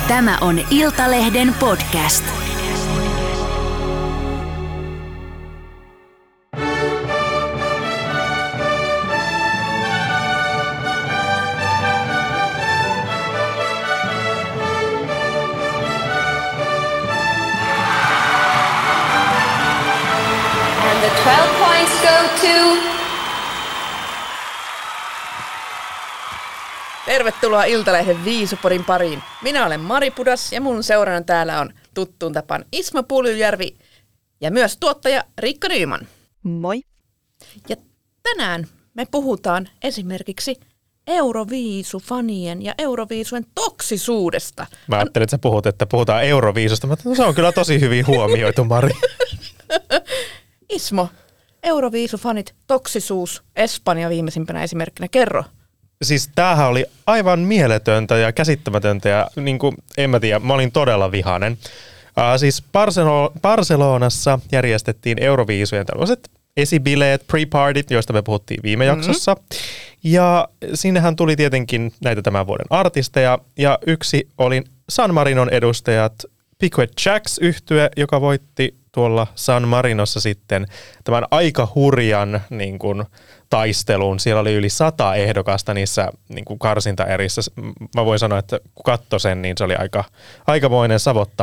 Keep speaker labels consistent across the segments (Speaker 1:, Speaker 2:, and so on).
Speaker 1: Tämä on Iltalehden podcast.
Speaker 2: And the 12 points go to...
Speaker 3: Tervetuloa Iltalehden Viisupodin pariin. Minä olen Mari Pudas ja mun seurana täällä on tuttuun tapaan Ismo Puljujärvi ja myös tuottaja Riikka Nyman.
Speaker 4: Moi.
Speaker 3: Ja tänään me puhutaan esimerkiksi Euroviisufanien ja Euroviisujen toksisuudesta.
Speaker 5: Mä ajattelin, että sä puhut, että puhutaan Euroviisusta, mutta se on kyllä tosi hyvin huomioitu, Mari.
Speaker 3: Ismo, Euroviisufanit, toksisuus, Espanja viimeisimpänä esimerkkinä, kerro.
Speaker 5: Siis tämähän oli aivan mieletöntä ja käsittämätöntä ja niin kuin, en mä tiedä, mä olin todella vihainen. Siis Barcelonassa järjestettiin Euroviisujen tällaiset esibileet, pre-partit, joista me puhuttiin viime jaksossa. Ja sinnehän tuli tietenkin näitä tämän vuoden artisteja ja yksi oli San Marinon edustajat Piquet Jacks-yhtye, joka voitti tuolla San Marinossa sitten tämän aika hurjan niin kuin, taistelun. Siellä oli yli 100 ehdokasta niissä niin kuin karsintaerissä. Mä voin sanoa, että kun katsoi sen, niin se oli aikamoinen savotta.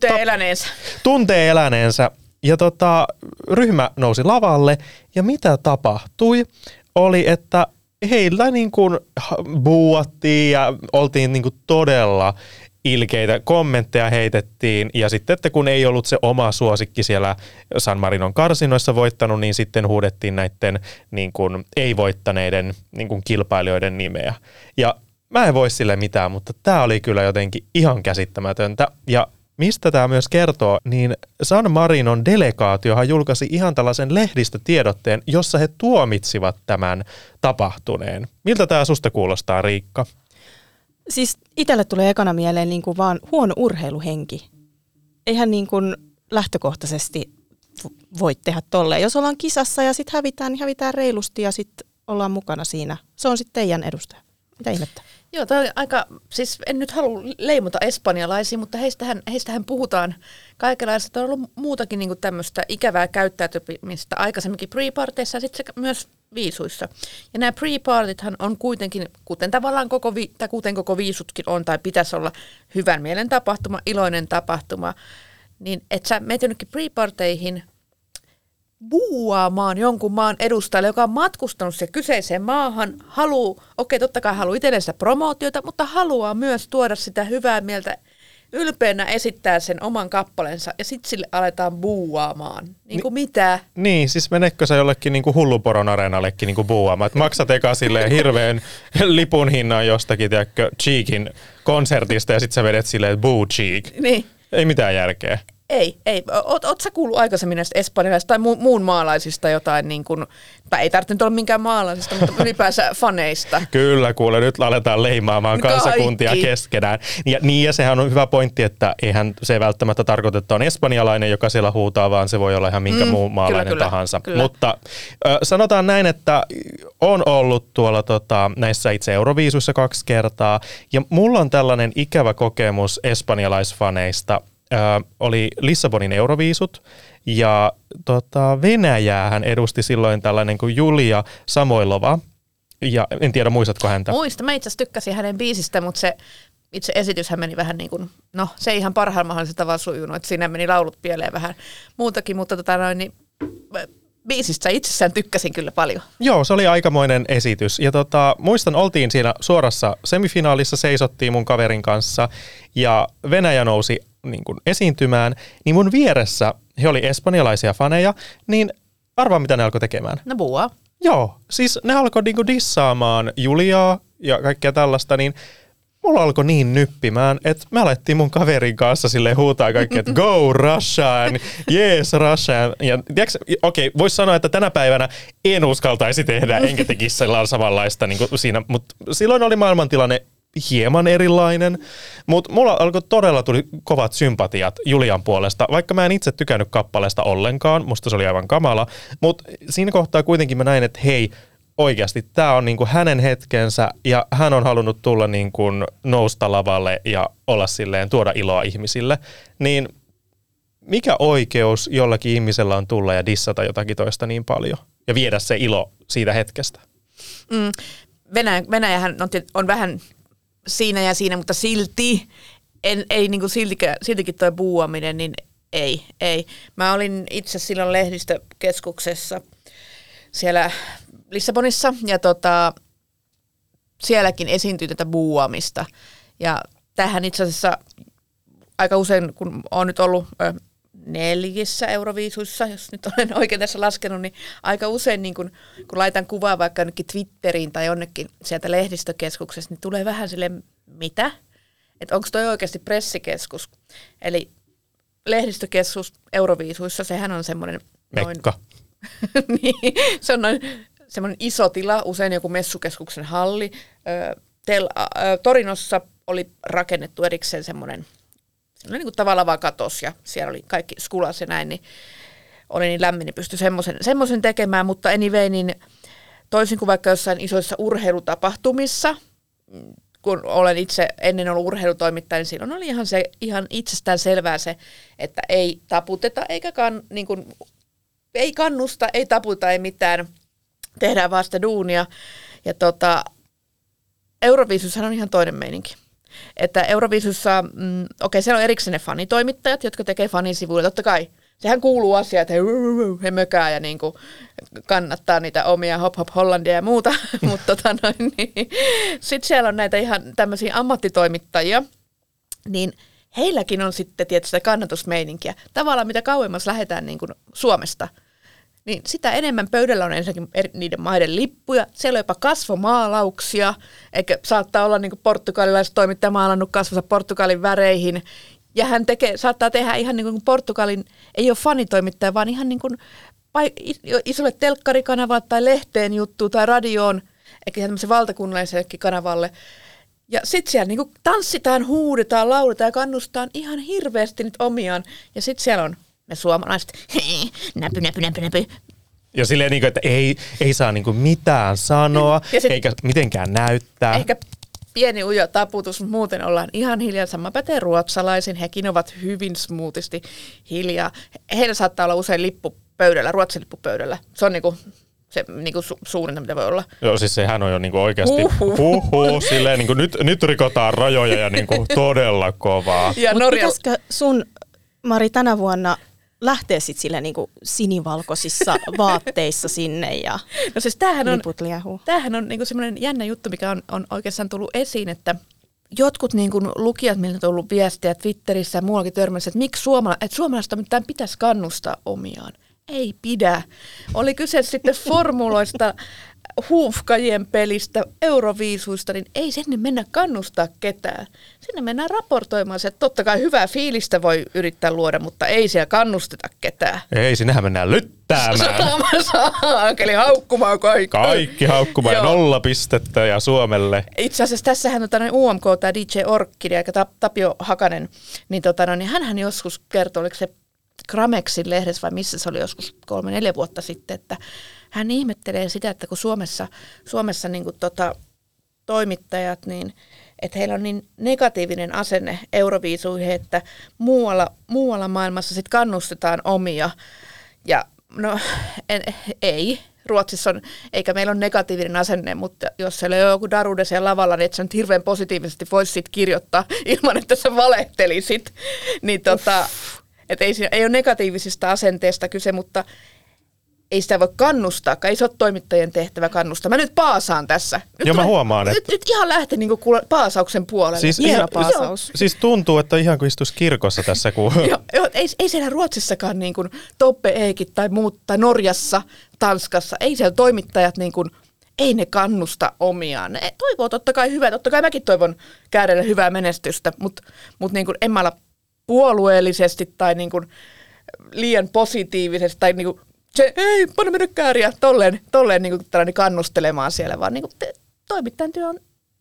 Speaker 5: Tuntee eläneensä. Ja ryhmä nousi lavalle ja mitä tapahtui oli, että heillä niin kuin buuattiin ja oltiin niin kuin todella ilkeitä kommentteja heitettiin ja sitten, että kun ei ollut se oma suosikki siellä San Marinon karsinoissa voittanut, niin sitten huudettiin näiden niin kuin ei-voittaneiden niin kuin kilpailijoiden nimeä. Ja mä en voi sille mitään, mutta tää oli kyllä jotenkin ihan käsittämätöntä. Ja mistä tämä myös kertoo, niin San Marinon delegaatiohan julkaisi ihan tällaisen lehdistötiedotteen, jossa he tuomitsivat tämän tapahtuneen. Miltä tämä susta kuulostaa, Riikka?
Speaker 4: Siis itselle tulee ekana mieleen niin kuin vaan huono urheiluhenki. Eihän niin kuin lähtökohtaisesti voi tehdä tolleen. Jos ollaan kisassa ja sitten hävitään, niin hävitään reilusti ja sitten ollaan mukana siinä. Se on sitten teidän edustaja. Mitä ihmettä?
Speaker 3: Joo, tämä on aika, siis en nyt halua leimata espanjalaisia, mutta heistähän puhutaan kaikenlaista. On ollut muutakin niin kuin tämmöistä ikävää käyttäytymistä aikaisemminkin pre-parteissa ja sitten myös viisuissa. Ja nämä pre-partithan on kuitenkin, kuten tavallaan kuten koko viisutkin on, tai pitäisi olla hyvän mielen tapahtuma, iloinen tapahtuma, niin et sä meet jonnekin pre-parteihin buuaamaan jonkun maan edustajalle, joka on matkustanut se kyseiseen maahan, totta kai haluaa itselleen sitä promootiota, mutta haluaa myös tuoda sitä hyvää mieltä, ylpeänä esittää sen oman kappaleensa ja sitten sille aletaan buuaamaan. Mitä?
Speaker 5: Niin, siis menekö sä jollekin niin kuin Hulluporon areenallekin niin kuin buuaamaan, että maksat eka silleen hirveän lipun hinnan jostakin, tiedätkö, Cheekin konsertista ja sitten sä vedet silleen boo Cheek.
Speaker 3: Niin.
Speaker 5: Ei mitään järkeä.
Speaker 3: Ei. Oot sä kuullut aikaisemmin näistä espanjalaisista tai muun maalaisista jotain, niin kuin, tai ei tarvitse nyt olla minkään maalaisista, mutta ylipäänsä faneista?
Speaker 5: Kyllä, kuule, nyt aletaan leimaamaan kansakuntia keskenään. Ja sehän on hyvä pointti, että eihän se välttämättä tarkoita, että on espanjalainen, joka siellä huutaa, vaan se voi olla ihan minkä muu maalainen tahansa. Kyllä. Mutta sanotaan näin, että on ollut tuolla näissä itse Euroviisuissa 2 kertaa, ja mulla on tällainen ikävä kokemus espanjalaisfaneista. Oli Lissabonin Euroviisut ja Venäjäähän edusti silloin tällainen kuin Julia Samoilova. Ja en tiedä, muistatko häntä?
Speaker 3: Muista. Mä itse asiassa tykkäsin hänen biisistä, mutta se itse esityshän meni vähän niin kuin, se ei ihan parhaan mahdollisella tavalla sujunut, että siinä meni laulut pieleen vähän muutakin, mutta biisistä itsessään tykkäsin kyllä paljon.
Speaker 5: Joo, se oli aikamoinen esitys. Ja muistan, oltiin siinä suorassa semifinaalissa, seisottiin mun kaverin kanssa ja Venäjä nousi niin kuin esiintymään, niin mun vieressä he oli espanjalaisia faneja, niin arvaa mitä ne alkoi tekemään.
Speaker 3: No buuaa.
Speaker 5: Joo, siis ne alkoi niin kuin dissaamaan Juliaa ja kaikkea tällaista, niin mulla alkoi niin nyppimään, että me alettiin mun kaverin kanssa silleen huutaa kaikki, että go Russian, yes Russian. Ja okei, voisi sanoa, että tänä päivänä en uskaltaisi tehdä, enkä tekisi sellaista samanlaista niin kuin siinä, mutta silloin oli maailmantilanne hieman erilainen, mutta mulla tuli kovat sympatiat Julian puolesta, vaikka mä en itse tykännyt kappaleesta ollenkaan, musta se oli aivan kamala, mutta siinä kohtaa kuitenkin mä näin, että hei, oikeasti tämä on niin kuin hänen hetkensä ja hän on halunnut tulla niin kuin nousta lavalle ja olla silleen, tuoda iloa ihmisille, niin mikä oikeus jollakin ihmisellä on tulla ja dissata jotakin toista niin paljon ja viedä se ilo siitä hetkestä?
Speaker 3: Venäjähän on vähän siinä ja siinä, mutta silti, ei niin kuin siltikin tuo buuaminen, niin ei. Mä olin itse silloin lehdistökeskuksessa siellä Lissabonissa ja sielläkin esiintyi tätä buuamista. Ja tähän itse asiassa aika usein, kun olen nyt ollut 4 Euroviisuissa, jos nyt olen oikein tässä laskenut, niin aika usein niin kun laitan kuvaa vaikka jonnekin Twitteriin tai jonnekin sieltä lehdistökeskuksessa, niin tulee vähän silleen, mitä? Että onko toi oikeasti pressikeskus? Eli lehdistökeskus Euroviisuissa, sehän on semmoinen
Speaker 5: Mekka.
Speaker 3: niin, se on noin semmoinen iso tila, usein joku messukeskuksen halli. Torinossa oli rakennettu erikseen semmoinen niin kuin tavallaan vaan katos ja siellä oli kaikki skulas ja näin, niin oli niin lämmin, niin pystyi semmoisen tekemään, mutta anyway, niin toisin kuin vaikka jossain isoissa urheilutapahtumissa, kun olen itse ennen ollut urheilutoimittaja, niin silloin oli ihan itsestään selvää se, että ei taputeta eikä niin kuin, ei kannusta, ei taputa, ei mitään, tehdään vaan sitä duunia. Ja Euroviisussahan on ihan toinen meininki. Että Euroviisussa, siellä on erikseen ne fanitoimittajat, jotka tekee fanisivuille. Totta kai, sehän kuuluu asiaan, että he mökää ja niin kuin kannattaa niitä omia hop hop Hollandia ja muuta. Mutta niin. Sitten siellä on näitä ihan tämmöisiä ammattitoimittajia, niin heilläkin on sitten tietysti sitä kannatusmeininkiä. Tavallaan mitä kauemmas lähdetään niin kuin Suomesta, niin sitä enemmän pöydällä on ensinnäkin niiden maiden lippuja. Siellä on jopa kasvomaalauksia, eikä saattaa olla niin kuin portugalilaiset toimittaja maalannut kasvonsa Portugalin väreihin. Ja hän saattaa tehdä ihan niin kuin Portugalin, ei ole fanitoimittaja, vaan ihan niin kuin isolle telkkarikanavalle tai lehteen juttuun tai radioon, eikä tämmöisen valtakunnallisellekin kanavalle. Ja sitten siellä niinku tanssitaan, huudetaan, lauletaan ja kannustaan ihan hirveästi nyt omiaan. Ja sitten siellä on ne suomalaiset, näpy.
Speaker 5: Ja silleen, niin kuin, että ei saa niin kuin mitään sanoa, eikä mitenkään näyttää.
Speaker 3: Ehkä pieni ujo taputus, mutta muuten ollaan ihan hiljaa. Sama pätee ruotsalaisin, hekin ovat hyvin smoothisti hiljaa. Heillä saattaa olla usein lippu pöydällä, Ruotsin lippupöydällä. Se on se suurinta, mitä voi olla.
Speaker 5: Joo, siis sehän on jo niinku oikeasti silleen niinku nyt rikotaan rajoja ja niinku todella kovaa.
Speaker 4: Mutta pitäisikö sun, Mari, tänä vuonna lähteä sitten silleen niinku sinivalkoisissa vaatteissa sinne ja
Speaker 3: no siis tämähän on niinku semmoinen jännä juttu, mikä on oikeastaan tullut esiin, että jotkut niin kuin lukijat, miltä on tullut viestiä Twitterissä ja muuallakin törmässä, että miksi suomalaista pitäisi kannustaa omiaan. Ei pidä. Oli kyse sitten formuloista, huufkajien pelistä, Euroviisuista, niin ei sinne mennä kannustaa ketään. Sinne mennään raportoimaan se, että totta kai hyvää fiilistä voi yrittää luoda, mutta ei siellä kannusteta ketään.
Speaker 5: Ei, sinnehän mennään lyttäämään.
Speaker 3: Eli haukkumaan kaikki.
Speaker 5: Kaikki haukkumaan ja 0 pistettä ja Suomelle.
Speaker 3: Itse asiassa tässähän UMK, tämä DJ Orkkidi ja Tapio Hakanen, niin hänhän joskus kertoi, oliko se Gramexin lehdessä vai missä se oli joskus 3-4 vuotta sitten, että hän ihmettelee sitä, että kun Suomessa niin kuin toimittajat, niin että heillä on niin negatiivinen asenne Euroviisuihin, että muualla maailmassa sit kannustetaan omia. Ja no ei. Ruotsissa on, eikä meillä ole negatiivinen asenne, mutta jos siellä on joku darude siellä lavalla, niin et sä nyt hirveän positiivisesti voisi sit kirjoittaa ilman, että sä valehtelisit. Niin että ei ole negatiivisista asenteesta kyse, mutta ei sitä voi kannustaa, ei se ole toimittajien tehtävä kannustaa. Mä nyt paasaan tässä.
Speaker 5: Joo, mä huomaan, että
Speaker 3: nyt ihan lähti niinku paasauksen puolelle.
Speaker 5: Siis
Speaker 3: hieno paasaus.
Speaker 5: Siis tuntuu, että ihan kuin istuisi kirkossa tässä.
Speaker 3: Joo, ei siellä Ruotsissakaan niin kuin Toppe Eekit tai muut, tai Norjassa, Tanskassa, ei siellä toimittajat niin kuin, ei ne kannusta omiaan. Ne toivoo totta kai hyvää, totta kai mäkin toivon Käärelle hyvää menestystä, mutta niin kuin en mä ala puolueellisesti tai niin kuin liian positiivisesti tai niin kuin ei, panna mennä Kääriä tolleen niin kuin kannustelemaan siellä, vaan niin kuin toimittajan työ on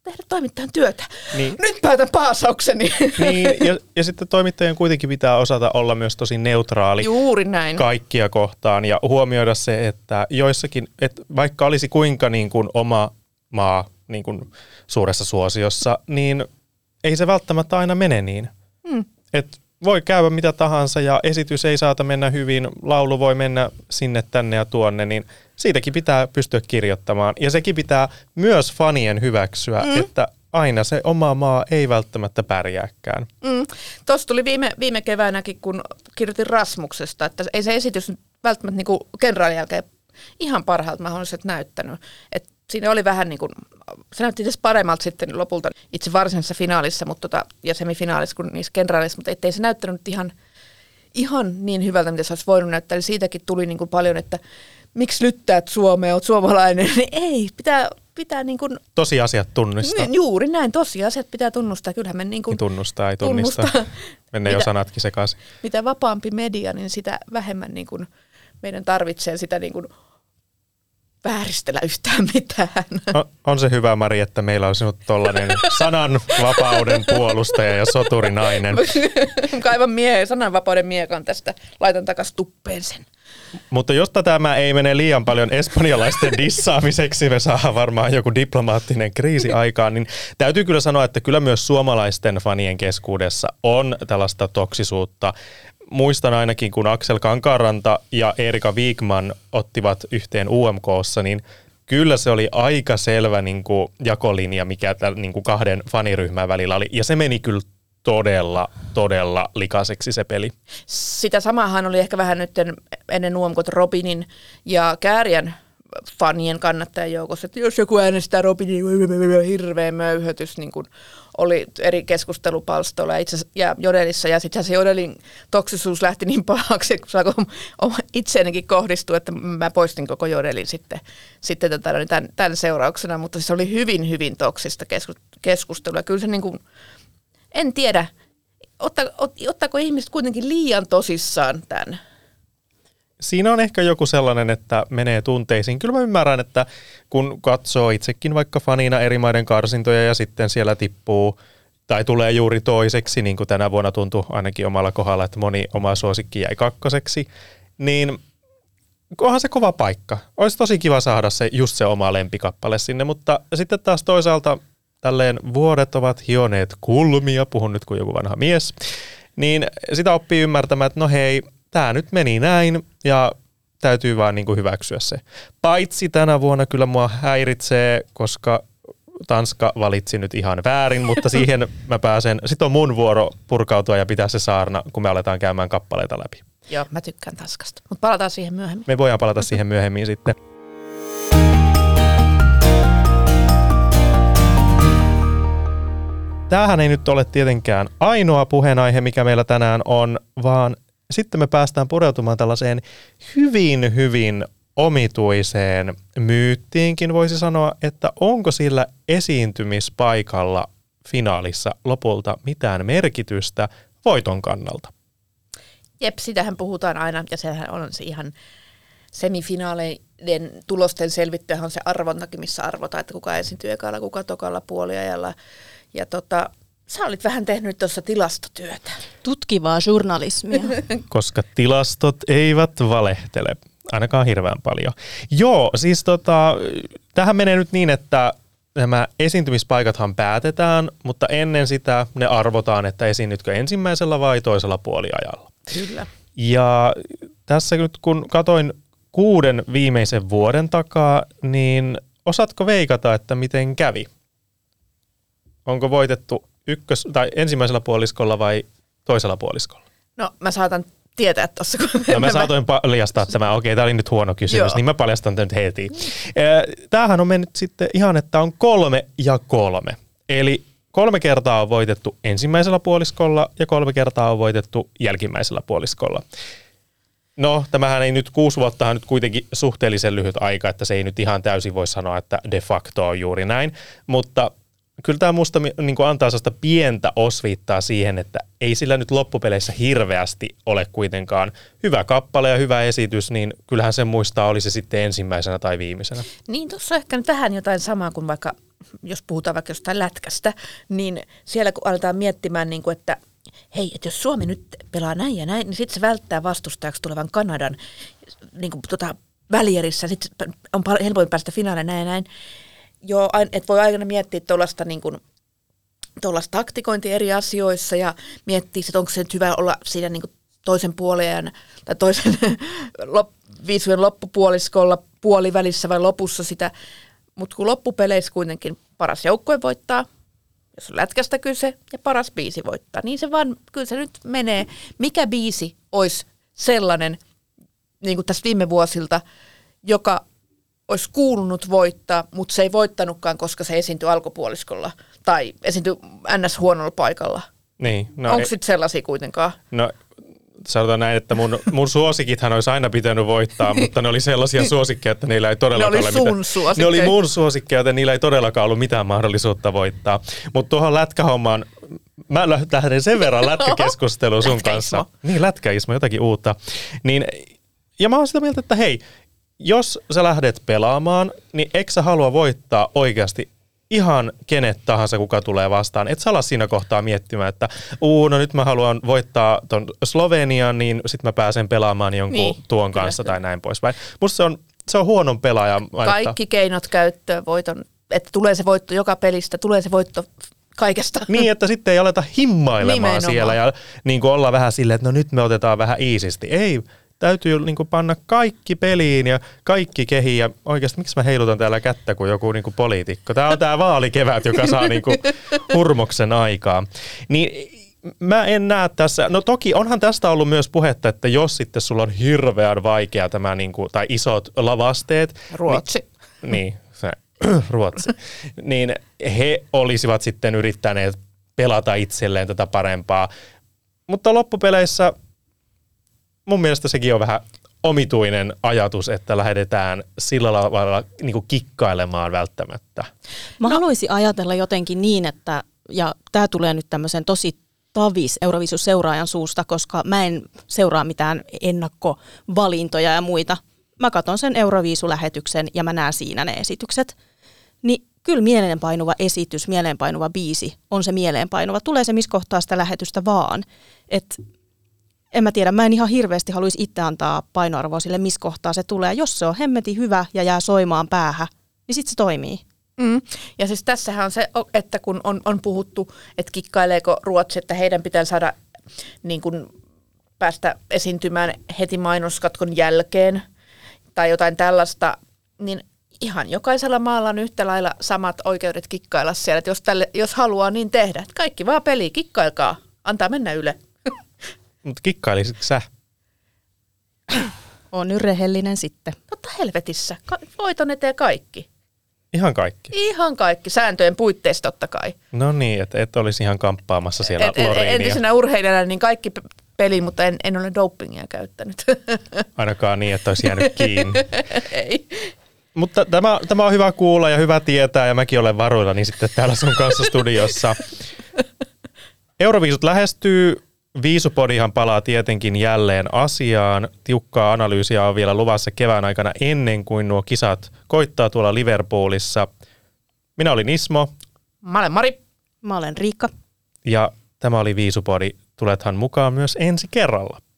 Speaker 3: tehdä toimittajan työtä.
Speaker 5: Niin.
Speaker 3: Nyt päätän paasaukseni.
Speaker 5: Niin, ja sitten toimittajan kuitenkin pitää osata olla myös tosi neutraali.
Speaker 3: Juuri näin.
Speaker 5: Kaikkia kohtaan ja huomioida se, että joissakin, että vaikka olisi kuinka niin kuin oma maa niin kuin suuressa suosiossa, niin ei se välttämättä aina mene niin. Et voi käydä mitä tahansa ja esitys ei saata mennä hyvin, laulu voi mennä sinne, tänne ja tuonne, niin siitäkin pitää pystyä kirjoittamaan. Ja sekin pitää myös fanien hyväksyä, että aina se oma maa ei välttämättä pärjääkään.
Speaker 3: Tuossa tuli viime keväänäkin, kun kirjoitin Rasmuksesta, että ei se esitys välttämättä niin kuin kenraalin jälkeen ihan parhaalta mahdolliset näyttänyt. Et siinä oli vähän niin kuin, se näytti itse paremmalta sitten lopulta itse varsinaisessa finaalissa ja semifinaalissa kuin niissä kenraalissa, mutta ettei se näyttänyt ihan niin hyvältä, mitä se olisi voinut näyttää. Eli siitäkin tuli niin kuin paljon, että miksi lyttäät Suomea, oot suomalainen. Ei, pitää niin kuin...
Speaker 5: Tosiasiat tunnistaa.
Speaker 3: Juuri näin, tosiasiat pitää tunnustaa. Kyllähän me niin kuin...
Speaker 5: Tunnustaa, ei tunnista. Mennään jo sanatkin sekaisin.
Speaker 3: Mitä vapaampi media, niin sitä vähemmän niin kuin meidän tarvitsee sitä niin kuin vääristellä yhtään mitään.
Speaker 5: On se hyvä, Mari, että meillä on sinut tollainen sananvapauden puolustaja ja soturinainen.
Speaker 3: Kaivan sananvapauden miekan tästä, laitan takas tuppeen sen.
Speaker 5: Mutta jotta tämä ei mene liian paljon espanjalaisten dissaamiseksi, me saadaan varmaan joku diplomaattinen kriisi aikaan, niin täytyy kyllä sanoa, että kyllä myös suomalaisten fanien keskuudessa on tällaista toksisuutta. Muistan ainakin, kun Aksel Kankaanranta ja Erika Wigman ottivat yhteen UMK:ssa, niin kyllä se oli aika selvä niin kuin jakolinja, mikä niin kuin kahden faniryhmän välillä oli. Ja se meni kyllä todella likaiseksi se peli.
Speaker 3: Sitä samahan oli ehkä vähän nyt ennen UMK:t Robinin ja Kääriän fanien kannattajan joukossa, että jos joku äänestää Robinin, hirveä möyhötys, niin kuin oli eri keskustelupalstoilla ja Jodelissa, ja sitten se Jodelin toksisuus lähti niin pahaksi, kun saako itseenikin kohdistua, että mä poistin koko Jodelin sitten tämän seurauksena, mutta se oli hyvin toksista keskustelua. Kyllä se niin kuin, en tiedä, ottaako ihmiset kuitenkin liian tosissaan tämän?
Speaker 5: Siinä on ehkä joku sellainen, että menee tunteisiin. Kyllä mä ymmärrän, että kun katsoo itsekin vaikka fanina eri maiden karsintoja ja sitten siellä tippuu tai tulee juuri toiseksi, niin kuin tänä vuonna tuntui ainakin omalla kohdalla, että moni oma suosikki jäi kakkoseksi, niin onhan se kova paikka. Olisi tosi kiva saada just se oma lempikappale sinne, mutta sitten taas toisaalta tälleen vuodet ovat hioneet kulmia, puhun nyt kuin joku vanha mies, niin sitä oppii ymmärtämään, että no hei, tämä nyt meni näin ja täytyy vaan niin kuin hyväksyä se. Paitsi tänä vuonna kyllä mua häiritsee, koska Tanska valitsi nyt ihan väärin, mutta siihen mä pääsen. Sitten on mun vuoro purkautua ja pitää se saarna, kun me aletaan käymään kappaleita läpi.
Speaker 3: Joo, mä tykkään Tanskasta, mutta palataan siihen myöhemmin.
Speaker 5: Me voidaan palata siihen myöhemmin sitten. Tämähän ei nyt ole tietenkään ainoa puheenaihe, mikä meillä tänään on, vaan sitten me päästään pureutumaan tällaiseen hyvin omituiseen myyttiinkin, voisi sanoa, että onko sillä esiintymispaikalla finaalissa lopulta mitään merkitystä voiton kannalta?
Speaker 3: Jep, sitähän puhutaan aina, ja sehän on se ihan semifinaaleiden tulosten selvittäjä on se arvontakin, missä arvotaan, että kuka esiintyy ekalla, kuka tokalla puoliajalla. Ja sä olit vähän tehnyt tuossa tilastotyötä.
Speaker 4: Tutkivaa journalismia.
Speaker 5: Koska tilastot eivät valehtele, ainakaan hirveän paljon. Joo, siis tähän menee nyt niin, että nämä esiintymispaikathan päätetään, mutta ennen sitä ne arvotaan, että esiinnytkö ensimmäisellä vai toisella puoliajalla.
Speaker 3: Kyllä.
Speaker 5: Ja tässä nyt kun katoin 6 viimeisen vuoden takaa, niin osaatko veikata, että miten kävi? Onko voitettu ensimmäisellä puoliskolla vai toisella puoliskolla?
Speaker 3: No mä saatan tietää tuossa.
Speaker 5: No mä saatoin paljastaa tämä. Okei, tämä oli nyt huono kysymys, niin mä paljastan tämän nyt heti. Tämähän on mennyt sitten ihan, että on 3 ja 3. Eli 3 kertaa on voitettu ensimmäisellä puoliskolla ja 3 kertaa on voitettu jälkimmäisellä puoliskolla. No, tämähän ei nyt 6 vuottahan nyt kuitenkin suhteellisen lyhyt aika, että se ei nyt ihan täysin voi sanoa, että de facto on juuri näin, mutta kyllä tämä musta niin kuin antaa sellaista pientä osviittaa siihen, että ei sillä nyt loppupeleissä hirveästi ole kuitenkaan hyvä kappale ja hyvä esitys, niin kyllähän sen muistaa, oli se sitten ensimmäisenä tai viimeisenä.
Speaker 3: Niin, tuossa ehkä tähän jotain samaa kuin vaikka jos puhutaan vaikka jostain lätkästä, niin siellä kun aletaan miettimään, niin kuin, että hei, että jos Suomi nyt pelaa näin ja näin, niin sitten se välttää vastustajaksi tulevan Kanadan niin kuin, välierissä, sitten on helpoin päästä finaaliin näin ja näin. Joo, että voi aina miettiä tuollaista niin kuin tuollaista taktikointia eri asioissa ja miettiä, että onko se nyt hyvä olla siinä niin kuin toisen puolen tai toisen viisujen loppupuoliskolla puolivälissä vai lopussa sitä. Mutta kun loppupeleissä kuitenkin paras joukkue voittaa, jos on lätkästä kyse, ja paras biisi voittaa, niin se vaan, kyllä se nyt menee. Mikä biisi olisi sellainen, niin kuin tässä viime vuosilta, joka olisi kuulunut voittaa, mutta se ei voittanutkaan, koska se esiintyi alkupuoliskolla tai esiintyi NS huonolla paikalla.
Speaker 5: Niin, no
Speaker 3: onko sitten sellaisia kuitenkaan?
Speaker 5: No sanotaan näin, että mun suosikithan olisi aina pitänyt voittaa, mutta ne oli sellaisia suosikkeja, että niillä ei todellakaan
Speaker 3: ole mitään.
Speaker 5: Ne oli mun suosikkeja, että niillä ei todellakaan ollut mitään mahdollisuutta voittaa. Mutta tuohon lätkähommaan, mä lähden sen verran lätkäkeskusteluun sun kanssa. Niin, lätkäismo, jotakin uutta. Niin, ja mä oon sitä mieltä, että hei, jos sä lähdet pelaamaan, niin eikö sä halua voittaa oikeasti ihan kenet tahansa, kuka tulee vastaan. Et sä ala siinä kohtaa miettimään, että no nyt mä haluan voittaa ton Slovenian, niin sit mä pääsen pelaamaan jonkun tuon kanssa tai näin poispäin. Musta se on huonon pelaaja.
Speaker 3: Kaikki keinot käyttöön voiton, että tulee se voitto joka pelistä, tulee se voitto kaikesta.
Speaker 5: Niin, että sitten ei aleta himmailemaan nimenomaan siellä ja niin kuin olla vähän silleen, että no nyt me otetaan vähän iisisti. Ei, täytyy niin kuin panna kaikki peliin ja kaikki kehiin. Ja oikeasti miksi mä heilutan täällä kättä kuin joku niin kuin poliitikko? Tämä on tämä vaalikevät, joka saa niin kuin hurmoksen aikaa. Niin mä en näe tässä, no toki onhan tästä ollut myös puhetta, että jos sitten sulla on hirveän vaikea tämä niin kuin, tai isot lavasteet.
Speaker 3: Ruotsi.
Speaker 5: Niin, se Ruotsi. Niin he olisivat sitten yrittäneet pelata itselleen tätä parempaa. Mutta loppupeleissä mun mielestä sekin on vähän omituinen ajatus, että lähdetään sillä lailla niin kuin kikkailemaan välttämättä.
Speaker 4: Mä haluaisin ajatella jotenkin niin, että, ja tämä tulee nyt tämmöisen tosi tavis Euroviisun-seuraajan suusta, koska mä en seuraa mitään ennakkovalintoja ja muita. Mä katson sen Euroviisu-lähetyksen ja mä näen siinä ne esitykset. Niin kyllä mieleenpainuva esitys, mieleenpainuva biisi on se mieleenpainuva. Tulee se missä kohtaa sitä lähetystä vaan. Että en mä tiedä, mä en ihan hirveästi haluaisi itse antaa painoarvoa sille, missä kohtaa se tulee. Jos se on hemmetin hyvä ja jää soimaan päähän, niin sitten se toimii.
Speaker 3: Ja siis tässähän on se, että kun on puhuttu, että kikkaileeko Ruotsi, että heidän pitää saada niin kuin päästä esiintymään heti mainoskatkon jälkeen tai jotain tällaista, niin ihan jokaisella maalla on yhtä lailla samat oikeudet kikkailla siellä, että jos haluaa niin tehdä. Kaikki vaan peli, kikkailkaa, antaa mennä Yle.
Speaker 5: Mutta kikkailisit sä?
Speaker 4: On nyt rehellinen sitten.
Speaker 3: Mutta helvetissä, voiton eteen kaikki.
Speaker 5: Ihan kaikki?
Speaker 3: Ihan kaikki, sääntöjen puitteissa totta kai.
Speaker 5: No niin, että et olisi ihan kamppaamassa siellä Loriinia.
Speaker 3: Entisenä urheilijana niin kaikki peli, mutta en ole dopingia käyttänyt.
Speaker 5: Ainakaan niin, että olisi jäänyt kiinni.
Speaker 3: Ei.
Speaker 5: Mutta tämä on hyvä kuulla ja hyvä tietää ja mäkin olen varuillani sitten täällä sun kanssa studiossa. Euroviisut lähestyy. Viisupodihan palaa tietenkin jälleen asiaan. Tiukkaa analyysiä on vielä luvassa kevään aikana ennen kuin nuo kisat koittaa tuolla Liverpoolissa. Minä olin Ismo.
Speaker 3: Mä olen Mari.
Speaker 4: Mä olen Riikka.
Speaker 5: Ja tämä oli Viisupodi. Tulethan mukaan myös ensi kerralla.